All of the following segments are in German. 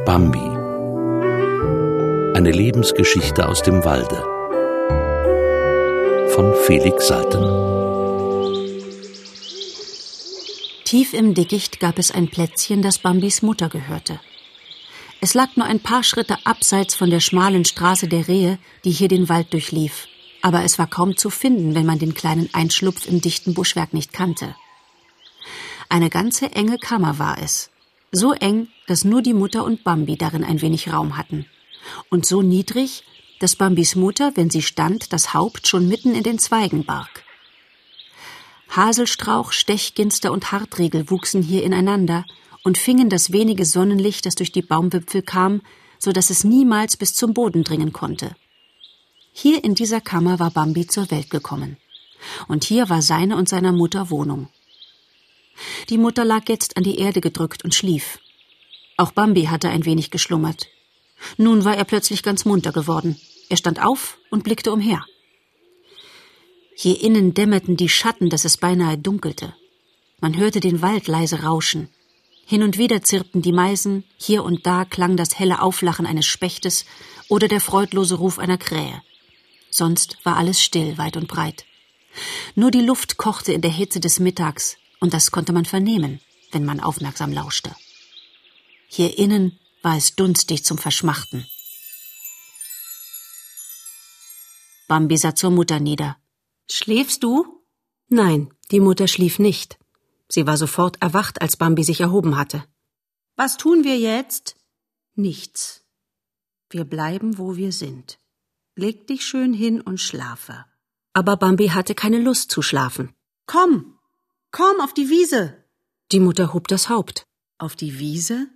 Bambi. Eine Lebensgeschichte aus dem Walde. Von Felix Salten. Tief im Dickicht gab es ein Plätzchen, das Bambis Mutter gehörte. Es lag nur ein paar Schritte abseits von der schmalen Straße der Rehe, die hier den Wald durchlief. Aber es war kaum zu finden, wenn man den kleinen Einschlupf im dichten Buschwerk nicht kannte. Eine ganze enge Kammer war es. So eng, dass nur die Mutter und Bambi darin ein wenig Raum hatten. Und so niedrig, dass Bambis Mutter, wenn sie stand, das Haupt schon mitten in den Zweigen barg. Haselstrauch, Stechginster und Hartriegel wuchsen hier ineinander und fingen das wenige Sonnenlicht, das durch die Baumwipfel kam, so dass es niemals bis zum Boden dringen konnte. Hier in dieser Kammer war Bambi zur Welt gekommen. Und hier war seine und seiner Mutter Wohnung. Die Mutter lag jetzt an die Erde gedrückt und schlief. Auch Bambi hatte ein wenig geschlummert. Nun war er plötzlich ganz munter geworden. Er stand auf und blickte umher. Hier innen dämmerten die Schatten, dass es beinahe dunkelte. Man hörte den Wald leise rauschen. Hin und wieder zirpten die Meisen, hier und da klang das helle Auflachen eines Spechtes oder der freudlose Ruf einer Krähe. Sonst war alles still, weit und breit. Nur die Luft kochte in der Hitze des Mittags, und das konnte man vernehmen, wenn man aufmerksam lauschte. Hier innen war es dunstig zum Verschmachten. Bambi sah zur Mutter nieder. »Schläfst du?« Nein, die Mutter schlief nicht. Sie war sofort erwacht, als Bambi sich erhoben hatte. »Was tun wir jetzt?« »Nichts. Wir bleiben, wo wir sind. Leg dich schön hin und schlafe.« Aber Bambi hatte keine Lust zu schlafen. »Komm auf die Wiese!« Die Mutter hob das Haupt. »Auf die Wiese?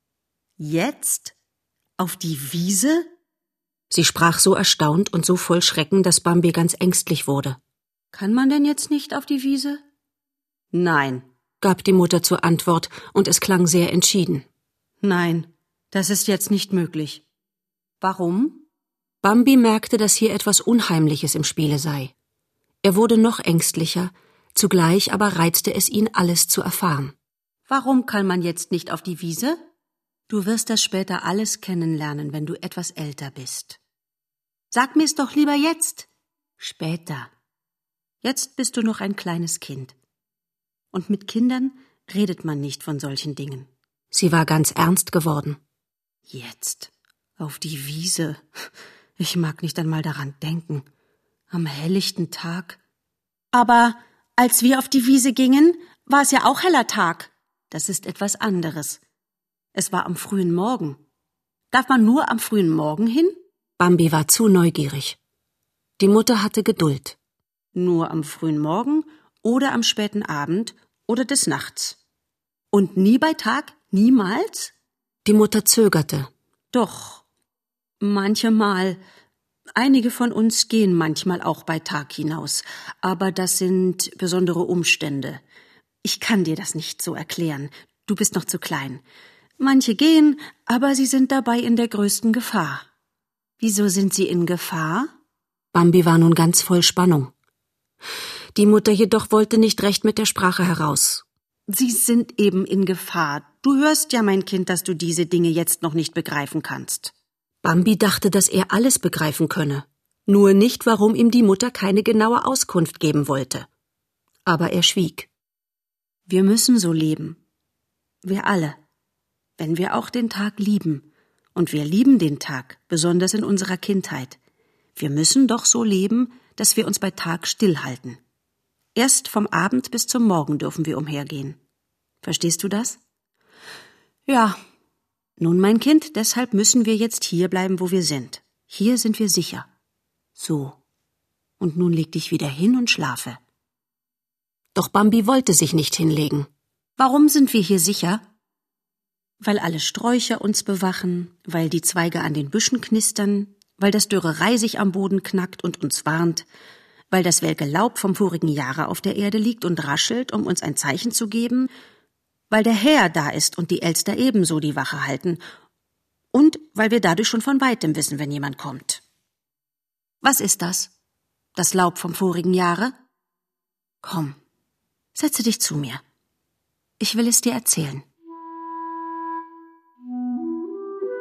Jetzt? Auf die Wiese?« Sie sprach so erstaunt und so voll Schrecken, dass Bambi ganz ängstlich wurde. »Kann man denn jetzt nicht auf die Wiese?« »Nein«, gab die Mutter zur Antwort, und es klang sehr entschieden. »Nein, das ist jetzt nicht möglich.« »Warum?« Bambi merkte, dass hier etwas Unheimliches im Spiele sei. Er wurde noch ängstlicher, zugleich aber reizte es ihn, alles zu erfahren. »Warum kann man jetzt nicht auf die Wiese?« »Du wirst das später alles kennenlernen, wenn du etwas älter bist.« »Sag mir's doch lieber jetzt.« »Später. Jetzt bist du noch ein kleines Kind. Und mit Kindern redet man nicht von solchen Dingen.« Sie war ganz ernst geworden. »Jetzt. Auf die Wiese. Ich mag nicht einmal daran denken. Am helllichten Tag.« »Aber als wir auf die Wiese gingen, war es ja auch heller Tag.« »Das ist etwas anderes. Es war am frühen Morgen. Darf man nur am frühen Morgen hin?« Bambi war zu neugierig. Die Mutter hatte Geduld. »Nur am frühen Morgen oder am späten Abend oder des Nachts. Und nie bei Tag? Niemals?« Die Mutter zögerte. »Doch, manchmal. Einige von uns gehen manchmal auch bei Tag hinaus, aber das sind besondere Umstände. Ich kann dir das nicht so erklären. Du bist noch zu klein. Manche gehen, aber sie sind dabei in der größten Gefahr.« »Wieso sind sie in Gefahr?« Bambi war nun ganz voll Spannung. Die Mutter jedoch wollte nicht recht mit der Sprache heraus. »Sie sind eben in Gefahr. Du hörst ja, mein Kind, dass du diese Dinge jetzt noch nicht begreifen kannst.« Bambi dachte, dass er alles begreifen könne, nur nicht, warum ihm die Mutter keine genaue Auskunft geben wollte. Aber er schwieg. »Wir müssen so leben. Wir alle. Wenn wir auch den Tag lieben. Und wir lieben den Tag, besonders in unserer Kindheit. Wir müssen doch so leben, dass wir uns bei Tag stillhalten. Erst vom Abend bis zum Morgen dürfen wir umhergehen. Verstehst du das?« »Ja.« »Nun, mein Kind, deshalb müssen wir jetzt hier bleiben, wo wir sind. Hier sind wir sicher. So. Und nun leg dich wieder hin und schlafe.« Doch Bambi wollte sich nicht hinlegen. »Warum sind wir hier sicher?« »Weil alle Sträucher uns bewachen, weil die Zweige an den Büschen knistern, weil das dürre Reisig am Boden knackt und uns warnt, weil das welke Laub vom vorigen Jahre auf der Erde liegt und raschelt, um uns ein Zeichen zu geben, weil der Häher da ist und die Elster ebenso die Wache halten und weil wir dadurch schon von weitem wissen, wenn jemand kommt.« »Was ist das? Das Laub vom vorigen Jahre?« »Komm, setze dich zu mir. Ich will es dir erzählen.«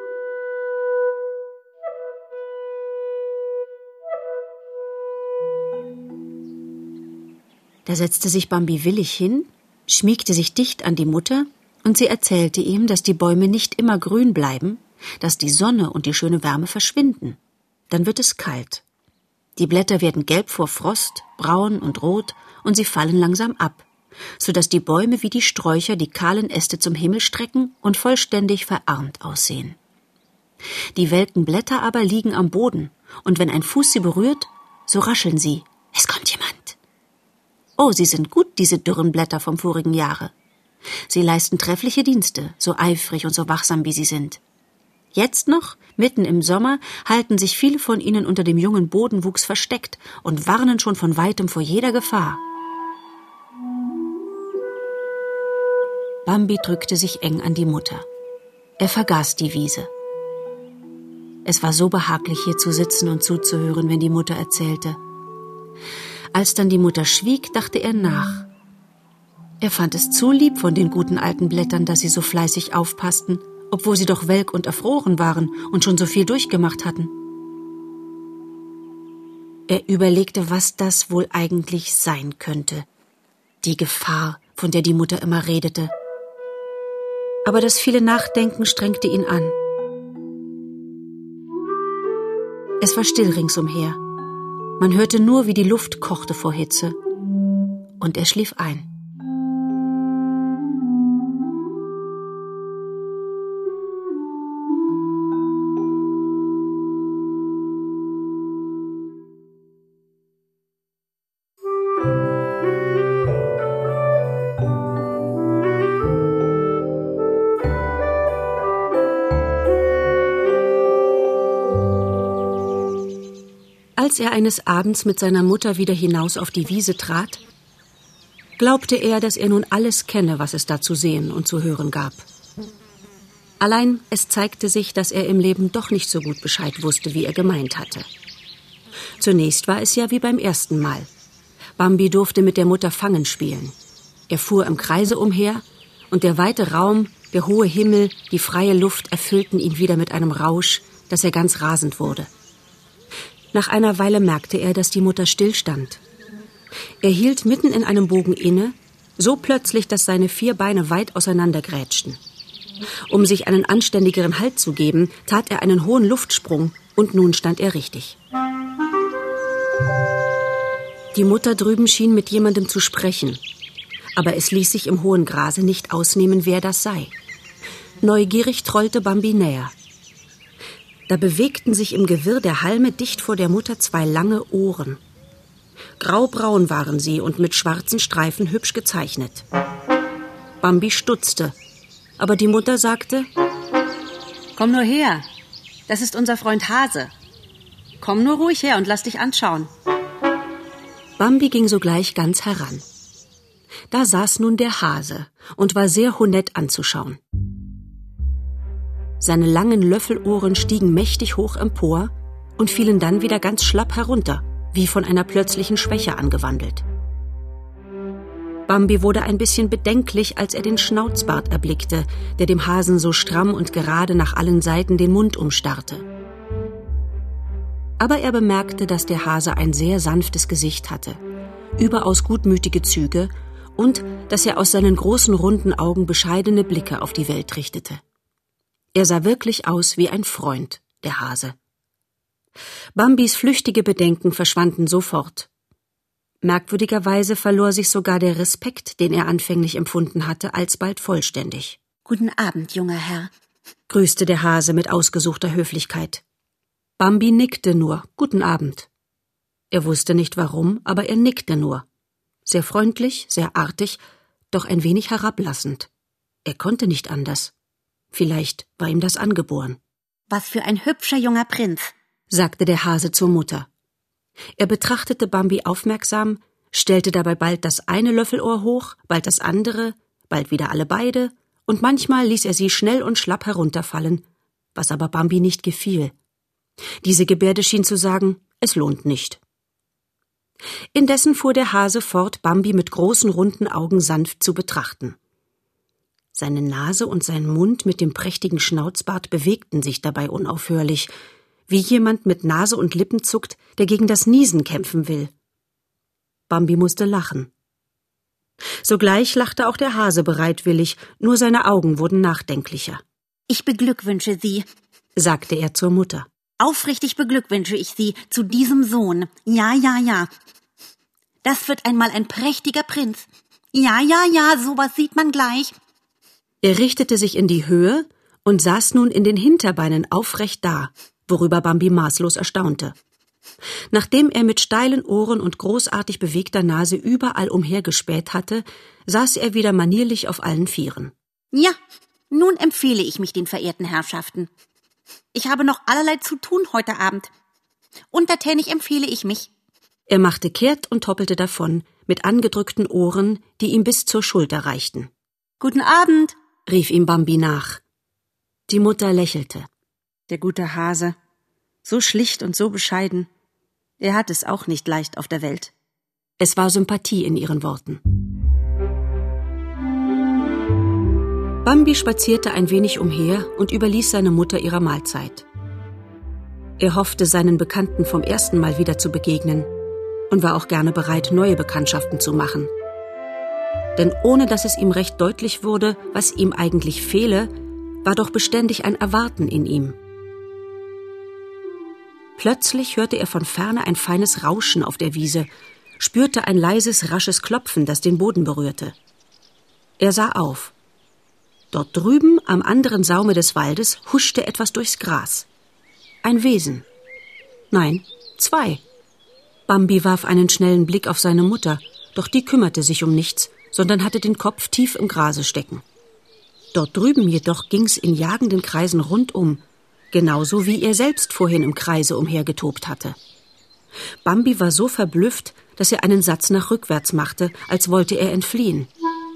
Da setzte sich Bambi willig hin, schmiegte sich dicht an die Mutter und sie erzählte ihm, dass die Bäume nicht immer grün bleiben, dass die Sonne und die schöne Wärme verschwinden. Dann wird es kalt. Die Blätter werden gelb vor Frost, braun und rot und sie fallen langsam ab, sodass die Bäume wie die Sträucher die kahlen Äste zum Himmel strecken und vollständig verarmt aussehen. Die welken Blätter aber liegen am Boden und wenn ein Fuß sie berührt, so rascheln sie. Es kommt jemand. Oh, sie sind gut, diese dürren Blätter vom vorigen Jahre. Sie leisten treffliche Dienste, so eifrig und so wachsam wie sie sind. Jetzt noch, mitten im Sommer, halten sich viele von ihnen unter dem jungen Bodenwuchs versteckt und warnen schon von weitem vor jeder Gefahr. Bambi drückte sich eng an die Mutter. Er vergaß die Wiese. Es war so behaglich, hier zu sitzen und zuzuhören, wenn die Mutter erzählte. Als dann die Mutter schwieg, dachte er nach. Er fand es zu lieb von den guten alten Blättern, dass sie so fleißig aufpassten, obwohl sie doch welk und erfroren waren und schon so viel durchgemacht hatten. Er überlegte, was das wohl eigentlich sein könnte. Die Gefahr, von der die Mutter immer redete. Aber das viele Nachdenken strengte ihn an. Es war still ringsumher. Man hörte nur, wie die Luft kochte vor Hitze. Und er schlief ein. Als er eines Abends mit seiner Mutter wieder hinaus auf die Wiese trat, glaubte er, dass er nun alles kenne, was es da zu sehen und zu hören gab. Allein es zeigte sich, dass er im Leben doch nicht so gut Bescheid wusste, wie er gemeint hatte. Zunächst war es ja wie beim ersten Mal. Bambi durfte mit der Mutter Fangen spielen. Er fuhr im Kreise umher und der weite Raum, der hohe Himmel, die freie Luft erfüllten ihn wieder mit einem Rausch, dass er ganz rasend wurde. Nach einer Weile merkte er, dass die Mutter stillstand. Er hielt mitten in einem Bogen inne, so plötzlich, dass seine 4 Beine weit auseinandergrätschten. Um sich einen anständigeren Halt zu geben, tat er einen hohen Luftsprung und nun stand er richtig. Die Mutter drüben schien mit jemandem zu sprechen, aber es ließ sich im hohen Grase nicht ausnehmen, wer das sei. Neugierig trollte Bambi näher. Da bewegten sich im Gewirr der Halme dicht vor der Mutter 2 lange Ohren. Graubraun waren sie und mit schwarzen Streifen hübsch gezeichnet. Bambi stutzte, aber die Mutter sagte: »Komm nur her, das ist unser Freund Hase. Komm nur ruhig her und lass dich anschauen.« Bambi ging sogleich ganz heran. Da saß nun der Hase und war sehr honett anzuschauen. Seine langen Löffelohren stiegen mächtig hoch empor und fielen dann wieder ganz schlapp herunter, wie von einer plötzlichen Schwäche angewandelt. Bambi wurde ein bisschen bedenklich, als er den Schnauzbart erblickte, der dem Hasen so stramm und gerade nach allen Seiten den Mund umstarrte. Aber er bemerkte, dass der Hase ein sehr sanftes Gesicht hatte, überaus gutmütige Züge und dass er aus seinen großen runden Augen bescheidene Blicke auf die Welt richtete. Er sah wirklich aus wie ein Freund, der Hase. Bambis flüchtige Bedenken verschwanden sofort. Merkwürdigerweise verlor sich sogar der Respekt, den er anfänglich empfunden hatte, alsbald vollständig. »Guten Abend, junger Herr«, grüßte der Hase mit ausgesuchter Höflichkeit. Bambi nickte nur, »Guten Abend«. Er wusste nicht warum, aber er nickte nur. Sehr freundlich, sehr artig, doch ein wenig herablassend. Er konnte nicht anders. Vielleicht war ihm das angeboren. »Was für ein hübscher junger Prinz«, sagte der Hase zur Mutter. Er betrachtete Bambi aufmerksam, stellte dabei bald das eine Löffelohr hoch, bald das andere, bald wieder alle beide, und manchmal ließ er sie schnell und schlapp herunterfallen, was aber Bambi nicht gefiel. Diese Gebärde schien zu sagen, es lohnt nicht. Indessen fuhr der Hase fort, Bambi mit großen runden Augen sanft zu betrachten. Seine Nase und sein Mund mit dem prächtigen Schnauzbart bewegten sich dabei unaufhörlich, wie jemand mit Nase und Lippen zuckt, der gegen das Niesen kämpfen will. Bambi musste lachen. Sogleich lachte auch der Hase bereitwillig, nur seine Augen wurden nachdenklicher. Ich beglückwünsche Sie, sagte er zur Mutter. Aufrichtig beglückwünsche ich Sie zu diesem Sohn. Ja, ja, ja. Das wird einmal ein prächtiger Prinz. Ja, ja, ja, sowas sieht man gleich. Er richtete sich in die Höhe und saß nun in den Hinterbeinen aufrecht da, worüber Bambi maßlos erstaunte. Nachdem er mit steilen Ohren und großartig bewegter Nase überall umhergespäht hatte, saß er wieder manierlich auf allen Vieren. Ja, nun empfehle ich mich den verehrten Herrschaften. Ich habe noch allerlei zu tun heute Abend. Untertänig empfehle ich mich. Er machte kehrt und hoppelte davon, mit angedrückten Ohren, die ihm bis zur Schulter reichten. »Guten Abend«, rief ihm Bambi nach. Die Mutter lächelte. Der gute Hase, so schlicht und so bescheiden. Er hat es auch nicht leicht auf der Welt. Es war Sympathie in ihren Worten. Bambi spazierte ein wenig umher und überließ seine Mutter ihrer Mahlzeit. Er hoffte, seinen Bekannten vom ersten Mal wieder zu begegnen und war auch gerne bereit, neue Bekanntschaften zu machen. Denn ohne dass es ihm recht deutlich wurde, was ihm eigentlich fehle, war doch beständig ein Erwarten in ihm. Plötzlich hörte er von ferne ein feines Rauschen auf der Wiese, spürte ein leises, rasches Klopfen, das den Boden berührte. Er sah auf. Dort drüben, am anderen Saume des Waldes, huschte etwas durchs Gras. Ein Wesen. Nein, 2. Bambi warf einen schnellen Blick auf seine Mutter, doch die kümmerte sich um nichts, sondern hatte den Kopf tief im Grase stecken. Dort drüben jedoch ging's in jagenden Kreisen rundum, genauso wie er selbst vorhin im Kreise umhergetobt hatte. Bambi war so verblüfft, dass er einen Satz nach rückwärts machte, als wollte er entfliehen.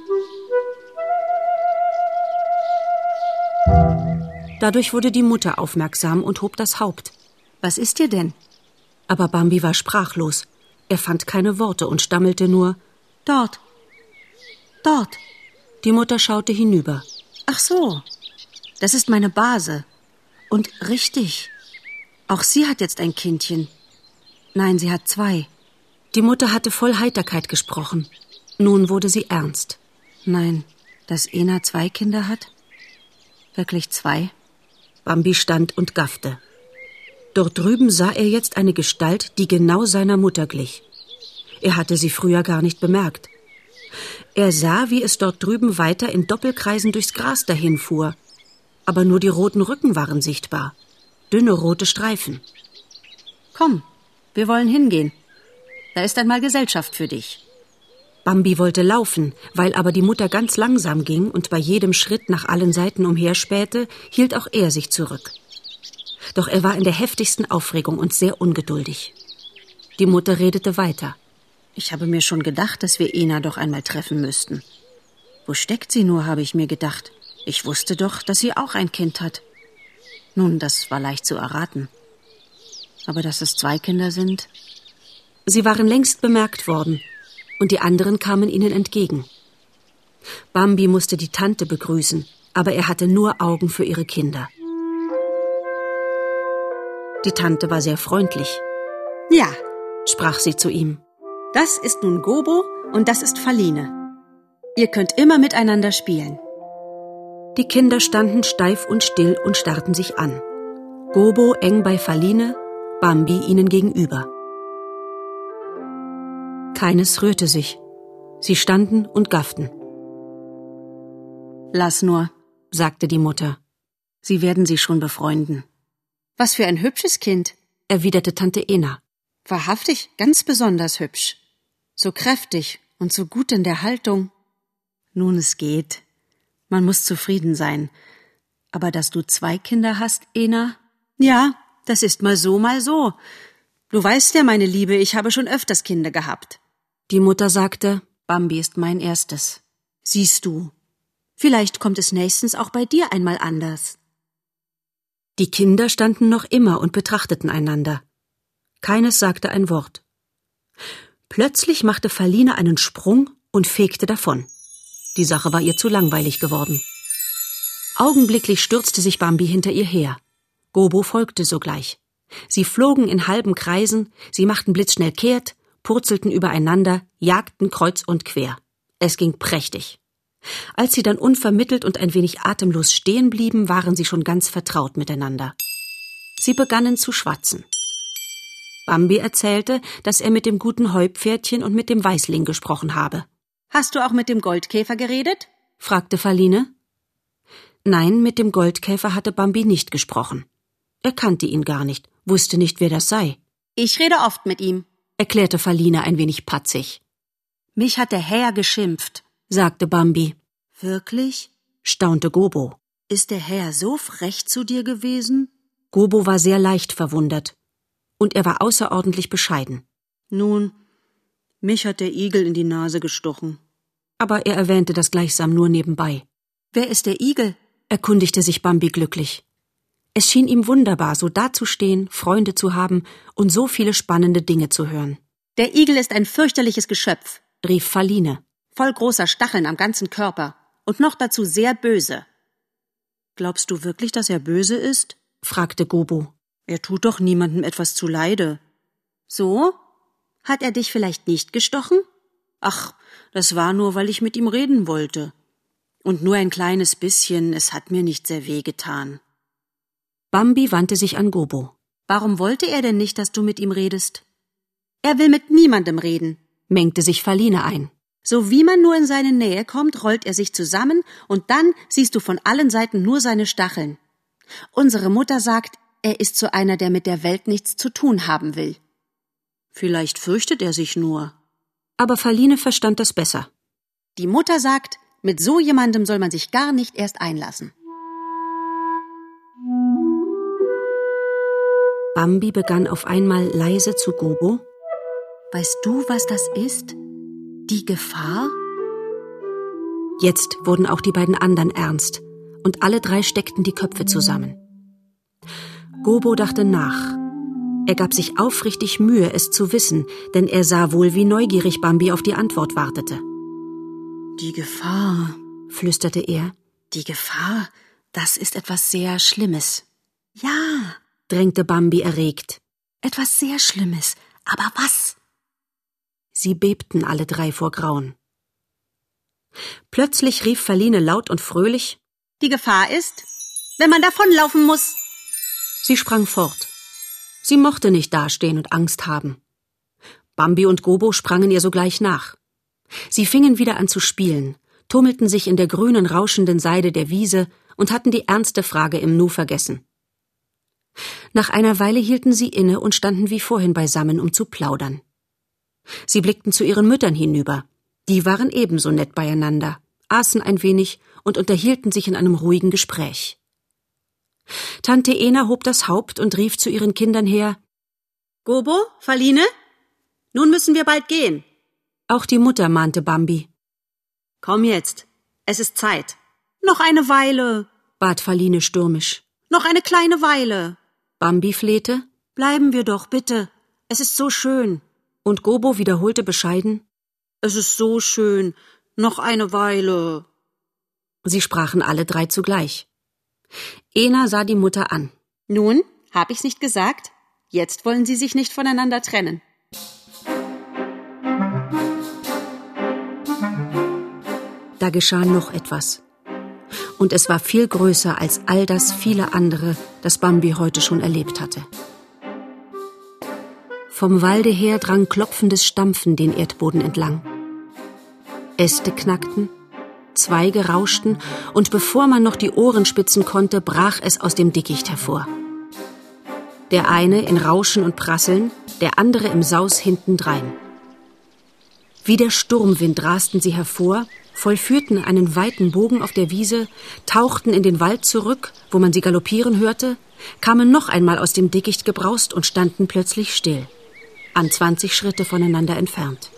Dadurch wurde die Mutter aufmerksam und hob das Haupt. »Was ist dir denn?« Aber Bambi war sprachlos. Er fand keine Worte und stammelte nur, »Dort, dort.« Die Mutter schaute hinüber. »Ach so, das ist meine Base. Und richtig, auch sie hat jetzt ein Kindchen. Nein, sie hat 2. Die Mutter hatte voll Heiterkeit gesprochen. Nun wurde sie ernst. Nein, dass Ena 2 Kinder hat? Wirklich 2? Bambi stand und gaffte. Dort drüben sah er jetzt eine Gestalt, die genau seiner Mutter glich. Er hatte sie früher gar nicht bemerkt. Er sah, wie es dort drüben weiter in Doppelkreisen durchs Gras dahinfuhr. Aber nur die roten Rücken waren sichtbar. Dünne rote Streifen. »Komm, wir wollen hingehen. Da ist einmal Gesellschaft für dich.« Bambi wollte laufen, weil aber die Mutter ganz langsam ging und bei jedem Schritt nach allen Seiten umherspähte, hielt auch er sich zurück. Doch er war in der heftigsten Aufregung und sehr ungeduldig. Die Mutter redete weiter. »Ich habe mir schon gedacht, dass wir Ena doch einmal treffen müssten. Wo steckt sie nur, habe ich mir gedacht. Ich wusste doch, dass sie auch ein Kind hat. Nun, das war leicht zu erraten. Aber dass es 2 Kinder sind?« Sie waren längst bemerkt worden, und die anderen kamen ihnen entgegen. Bambi musste die Tante begrüßen, aber er hatte nur Augen für ihre Kinder. Die Tante war sehr freundlich. »Ja«, sprach sie zu ihm, »das ist nun Gobo und das ist Faline. Ihr könnt immer miteinander spielen.« Die Kinder standen steif und still und starrten sich an. Gobo eng bei Faline, Bambi ihnen gegenüber. Keines rührte sich. Sie standen und gafften. »Lass nur«, sagte die Mutter. »Sie werden sich schon befreunden.« »Was für ein hübsches Kind«, erwiderte Tante Ena. »Wahrhaftig ganz besonders hübsch. So kräftig und so gut in der Haltung. Nun, es geht. Man muss zufrieden sein. Aber dass du 2 Kinder hast, Ena?« »Ja, das ist mal so, mal so. Du weißt ja, meine Liebe, ich habe schon öfters Kinder gehabt.« Die Mutter sagte, »Bambi ist mein erstes. Siehst du, vielleicht kommt es nächstens auch bei dir einmal anders.« Die Kinder standen noch immer und betrachteten einander. Keines sagte ein Wort. Plötzlich machte Faline einen Sprung und fegte davon. Die Sache war ihr zu langweilig geworden. Augenblicklich stürzte sich Bambi hinter ihr her. Gobo folgte sogleich. Sie flogen in halben Kreisen, sie machten blitzschnell kehrt, purzelten übereinander, jagten kreuz und quer. Es ging prächtig. Als sie dann unvermittelt und ein wenig atemlos stehen blieben, waren sie schon ganz vertraut miteinander. Sie begannen zu schwatzen. Bambi erzählte, dass er mit dem guten Heupferdchen und mit dem Weißling gesprochen habe. »Hast du auch mit dem Goldkäfer geredet?« fragte Faline. Nein, mit dem Goldkäfer hatte Bambi nicht gesprochen. Er kannte ihn gar nicht, wusste nicht, wer das sei. »Ich rede oft mit ihm«, erklärte Faline ein wenig patzig. »Mich hat der Herr geschimpft«, sagte Bambi. »Wirklich?«, staunte Gobo. »Ist der Herr so frech zu dir gewesen?« Gobo war sehr leicht verwundert. Und er war außerordentlich bescheiden. »Nun, mich hat der Igel in die Nase gestochen.« Aber er erwähnte das gleichsam nur nebenbei. »Wer ist der Igel?« erkundigte sich Bambi glücklich. Es schien ihm wunderbar, so dazustehen, Freunde zu haben und so viele spannende Dinge zu hören. »Der Igel ist ein fürchterliches Geschöpf«, rief Faline. »Voll großer Stacheln am ganzen Körper und noch dazu sehr böse.« »Glaubst du wirklich, dass er böse ist?« fragte Gobo. »Er tut doch niemandem etwas zuleide.« »So? Hat er dich vielleicht nicht gestochen?« »Ach, das war nur, weil ich mit ihm reden wollte. Und nur ein kleines bisschen, es hat mir nicht sehr weh getan.« Bambi wandte sich an Gobo. »Warum wollte er denn nicht, dass du mit ihm redest?« »Er will mit niemandem reden«, mengte sich Faline ein. »So wie man nur in seine Nähe kommt, rollt er sich zusammen und dann siehst du von allen Seiten nur seine Stacheln. Unsere Mutter sagt, er ist so einer, der mit der Welt nichts zu tun haben will.« »Vielleicht fürchtet er sich nur.« Aber Faline verstand das besser. »Die Mutter sagt, mit so jemandem soll man sich gar nicht erst einlassen.« Bambi begann auf einmal leise zu Gobo. »Weißt du, was das ist? Die Gefahr?« Jetzt wurden auch die beiden anderen ernst, und alle drei steckten die Köpfe zusammen. Gobo dachte nach. Er gab sich aufrichtig Mühe, es zu wissen, denn er sah wohl, wie neugierig Bambi auf die Antwort wartete. »Die Gefahr«, flüsterte er. »Die Gefahr, das ist etwas sehr Schlimmes.« »Ja«, drängte Bambi erregt. »Etwas sehr Schlimmes. Aber was?« Sie bebten alle drei vor Grauen. Plötzlich rief Faline laut und fröhlich: »Die Gefahr ist, wenn man davonlaufen muss.« Sie sprang fort. Sie mochte nicht dastehen und Angst haben. Bambi und Gobo sprangen ihr sogleich nach. Sie fingen wieder an zu spielen, tummelten sich in der grünen, rauschenden Seide der Wiese und hatten die ernste Frage im Nu vergessen. Nach einer Weile hielten sie inne und standen wie vorhin beisammen, um zu plaudern. Sie blickten zu ihren Müttern hinüber. Die waren ebenso nett beieinander, aßen ein wenig und unterhielten sich in einem ruhigen Gespräch. Tante Ena hob das Haupt und rief zu ihren Kindern her: »Gobo, Faline, nun müssen wir bald gehen.« Auch die Mutter mahnte Bambi. »Komm jetzt, es ist Zeit.« »Noch eine Weile«, bat Faline stürmisch. »Noch eine kleine Weile.« Bambi flehte: »Bleiben wir doch, bitte. Es ist so schön.« Und Gobo wiederholte bescheiden: »Es ist so schön. Noch eine Weile.« Sie sprachen alle drei zugleich. Ena sah die Mutter an. »Nun, hab ich's nicht gesagt? Jetzt wollen sie sich nicht voneinander trennen.« Da geschah noch etwas. Und es war viel größer als all das viele andere, das Bambi heute schon erlebt hatte. Vom Walde her drang klopfendes Stampfen den Erdboden entlang. Äste knackten, Zweige rauschten, und bevor man noch die Ohren spitzen konnte, brach es aus dem Dickicht hervor. Der eine in Rauschen und Prasseln, der andere im Saus hintendrein. Wie der Sturmwind rasten sie hervor, vollführten einen weiten Bogen auf der Wiese, tauchten in den Wald zurück, wo man sie galoppieren hörte, kamen noch einmal aus dem Dickicht gebraust und standen plötzlich still, an 20 Schritte voneinander entfernt.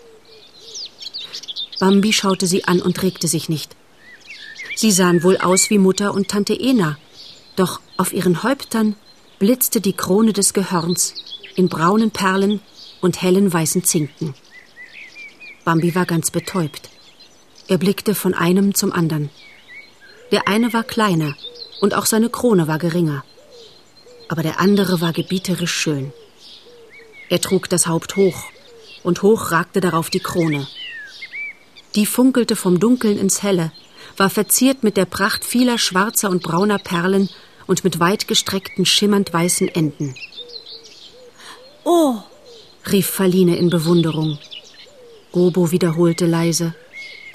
Bambi schaute sie an und regte sich nicht. Sie sahen wohl aus wie Mutter und Tante Ena, doch auf ihren Häuptern blitzte die Krone des Gehörns in braunen Perlen und hellen weißen Zinken. Bambi war ganz betäubt. Er blickte von einem zum anderen. Der eine war kleiner und auch seine Krone war geringer. Aber der andere war gebieterisch schön. Er trug das Haupt hoch und hoch ragte darauf die Krone. Die funkelte vom Dunkeln ins Helle, war verziert mit der Pracht vieler schwarzer und brauner Perlen und mit weit gestreckten, schimmernd weißen Enden. Oh, rief Faline in Bewunderung. Gobo wiederholte leise. Oh.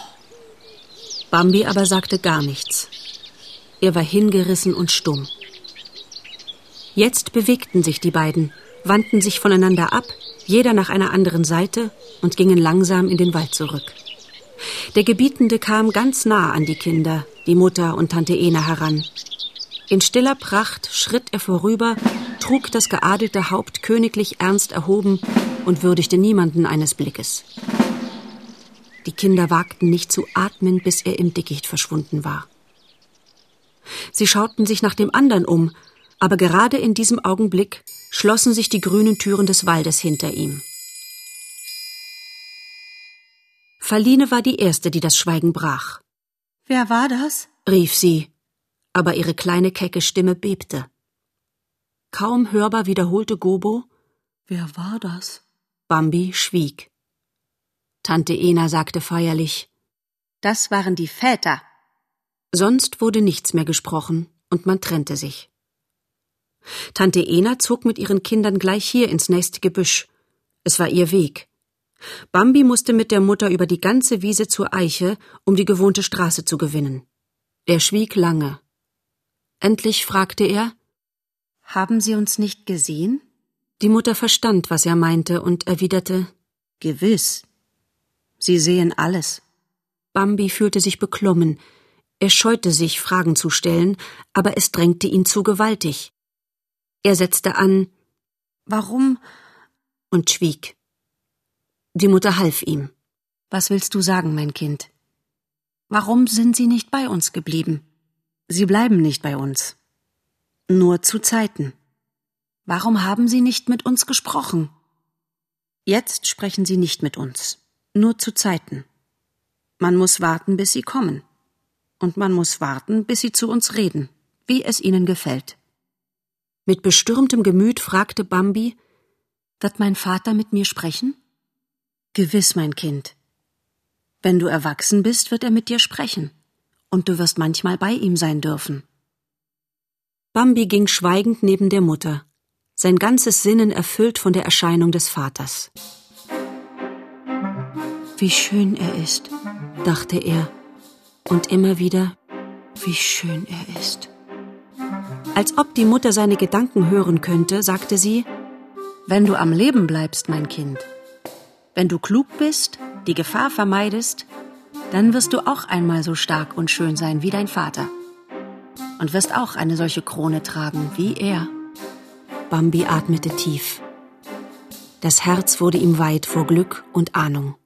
Bambi aber sagte gar nichts. Er war hingerissen und stumm. Jetzt bewegten sich die beiden, wandten sich voneinander ab, jeder nach einer anderen Seite und gingen langsam in den Wald zurück. Der Gebietende kam ganz nah an die Kinder, die Mutter und Tante Ena heran. In stiller Pracht schritt er vorüber, trug das geadelte Haupt königlich ernst erhoben und würdigte niemanden eines Blickes. Die Kinder wagten nicht zu atmen, bis er im Dickicht verschwunden war. Sie schauten sich nach dem anderen um, aber gerade in diesem Augenblick schlossen sich die grünen Türen des Waldes hinter ihm. Faline war die Erste, die das Schweigen brach. »Wer war das?« rief sie, aber ihre kleine kecke Stimme bebte. Kaum hörbar wiederholte Gobo: »Wer war das?« Bambi schwieg. Tante Ena sagte feierlich: »Das waren die Väter.« Sonst wurde nichts mehr gesprochen und man trennte sich. Tante Ena zog mit ihren Kindern gleich hier ins nächste Gebüsch. Es war ihr Weg. Bambi musste mit der Mutter über die ganze Wiese zur Eiche, um die gewohnte Straße zu gewinnen. Er schwieg lange. Endlich fragte er: »Haben Sie uns nicht gesehen?« Die Mutter verstand, was er meinte, und erwiderte: »Gewiss. Sie sehen alles.« Bambi fühlte sich beklommen. Er scheute sich, Fragen zu stellen, aber es drängte ihn zu gewaltig. Er setzte an: »Warum?« und schwieg. Die Mutter half ihm. »Was willst du sagen, mein Kind? Warum sind Sie nicht bei uns geblieben? Sie bleiben nicht bei uns. Nur zu Zeiten. Warum haben Sie nicht mit uns gesprochen? Jetzt sprechen Sie nicht mit uns. Nur zu Zeiten. Man muss warten, bis Sie kommen. Und man muss warten, bis Sie zu uns reden, wie es Ihnen gefällt.« Mit bestürmtem Gemüt fragte Bambi: »Wird mein Vater mit mir sprechen?« »Gewiss, mein Kind. Wenn du erwachsen bist, wird er mit dir sprechen. Und du wirst manchmal bei ihm sein dürfen.« Bambi ging schweigend neben der Mutter, sein ganzes Sinnen erfüllt von der Erscheinung des Vaters. »Wie schön er ist«, dachte er, und immer wieder: »Wie schön er ist.« Als ob die Mutter seine Gedanken hören könnte, sagte sie: »Wenn du am Leben bleibst, mein Kind, wenn du klug bist, die Gefahr vermeidest, dann wirst du auch einmal so stark und schön sein wie dein Vater. Und wirst auch eine solche Krone tragen wie er.« Bambi atmete tief. Das Herz wurde ihm weit vor Glück und Ahnung.